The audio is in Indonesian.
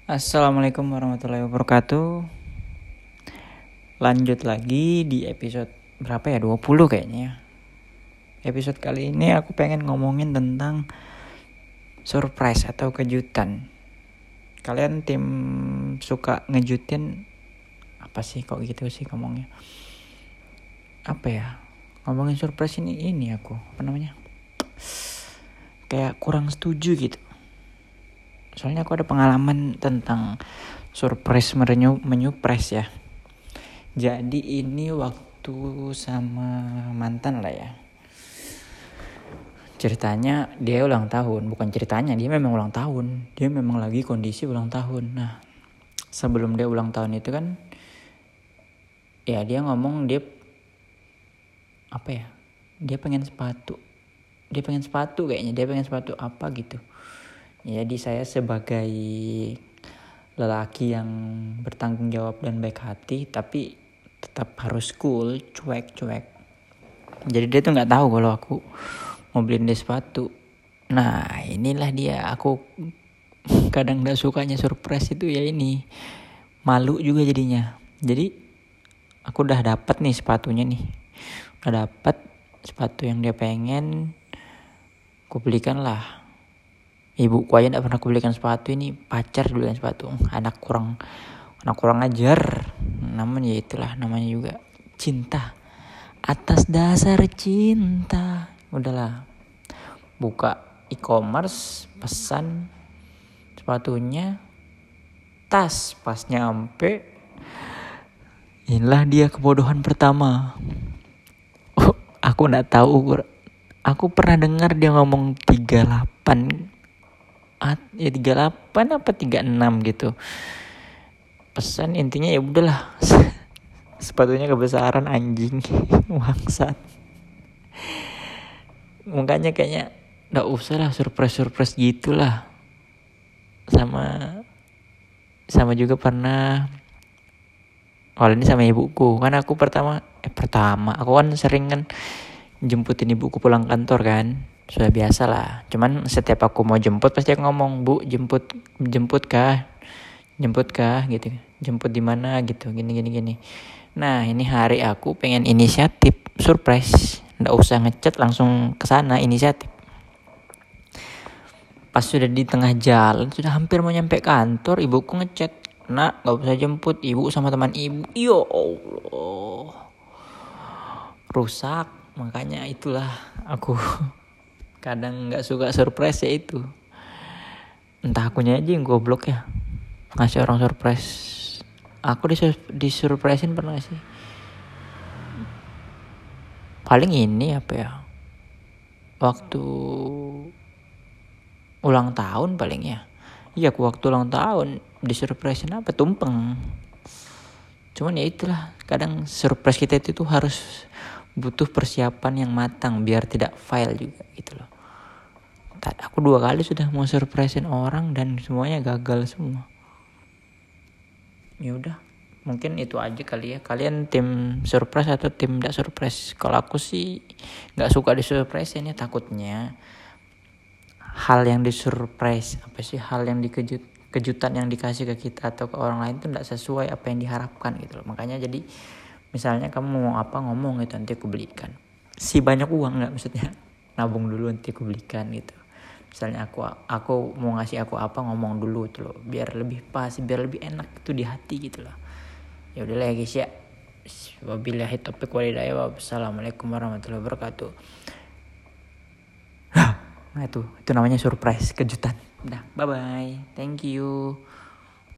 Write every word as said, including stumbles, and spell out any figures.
Assalamualaikum warahmatullahi wabarakatuh. Lanjut lagi di episode berapa ya? dua puluh kayaknya. Episode kali ini aku pengen ngomongin tentang surprise atau kejutan. Kalian tim suka ngejutin apa sih kok gitu sih ngomongnya? Apa ya? Ngomongin surprise ini ini aku, apa namanya? Kayak kurang setuju gitu. Soalnya aku ada pengalaman tentang surprise menyupres ya. Jadi ini waktu sama mantan lah ya. Ceritanya dia ulang tahun. Bukan ceritanya, dia memang ulang tahun. Dia memang lagi kondisi ulang tahun. Nah, sebelum dia ulang tahun itu kan, ya dia ngomong dia apa ya, dia pengen sepatu. Dia pengen sepatu kayaknya. Dia pengen sepatu apa gitu. Jadi saya sebagai lelaki yang bertanggung jawab dan baik hati, tapi tetap harus cool, cuek-cuek. Jadi dia tuh nggak tahu kalau aku mau beliin dia sepatu. Nah inilah dia, aku kadang nggak sukanya surprise itu ya ini, malu juga jadinya. Jadi aku udah dapat nih sepatunya nih, udah dapat sepatu yang dia pengen, aku belikan lah. Ibuku aja nggak pernah aku belikan sepatu, ini pacar dulu yang sepatu. Anak kurang, anak kurang ajar. Namanya itulah, namanya juga cinta. Atas dasar cinta. Udahlah. Buka e-commerce, pesan sepatunya. Tas pas nyampe. Inilah dia kebodohan pertama. Oh, aku nggak tahu. Aku pernah dengar dia ngomong tiga puluh delapan. Ya tiga puluh delapan apa tiga puluh enam gitu. Pesan intinya ya udahlah. Sepatunya kebesaran anjing. Bangsat. Makanya kayaknya enggak usah lah surprise-surprise gitulah. Sama sama juga pernah kalau ini sama ibuku. Kan aku pertama eh pertama aku kan sering kan jemputin ibuku pulang kantor kan. Sudah biasa lah. Cuman setiap aku mau jemput pasti aku ngomong, "Bu, jemput jemput kah? Jemput kah?" gitu. "Jemput di mana?" gitu. Gini gini gini. Nah, ini hari aku pengen inisiatif surprise. Nggak usah ngechat, langsung ke sana inisiatif. Pas sudah di tengah jalan, sudah hampir mau nyampe kantor, ibuku ngechat, "Nak, nggak usah jemput, ibu sama teman ibu." Ya Allah. Rusak. Makanya itulah aku kadang nggak suka surprise ya itu. Entah akunya aja yang goblok ya, ngasih orang surprise. Aku disur- disurprisein pernah sih. Paling ini apa ya, waktu ulang tahun paling ya. Iya aku waktu ulang tahun disurprisein apa, tumpeng. Cuman ya itulah, kadang surprise kita itu tuh harus butuh persiapan yang matang biar tidak fail juga gitu loh. Aku dua kali sudah mau surprisein orang dan semuanya gagal semua. Ya udah, mungkin itu aja kali ya. Kalian tim surprise atau tim tidak surprise? Kalau aku sih nggak suka disurprisein ya, takutnya hal yang disurprise apa sih, hal yang dikejut kejutan yang dikasih ke kita atau ke orang lain itu tidak sesuai apa yang diharapkan gitu loh. Makanya jadi misalnya kamu mau apa ngomong gitu, nanti aku belikan. Si banyak uang nggak, maksudnya nabung dulu nanti aku belikan gitu. Misalnya aku aku mau ngasih aku apa, ngomong dulu tuh loh, biar lebih pas, biar lebih enak itu di hati gitu loh. Ya udah lah ya guys ya. Wabillahi taufiq wal hidayah. Wassalamualaikum warahmatullahi wabarakatuh. Nah itu itu namanya surprise, kejutan. Udah, bye bye. Thank you.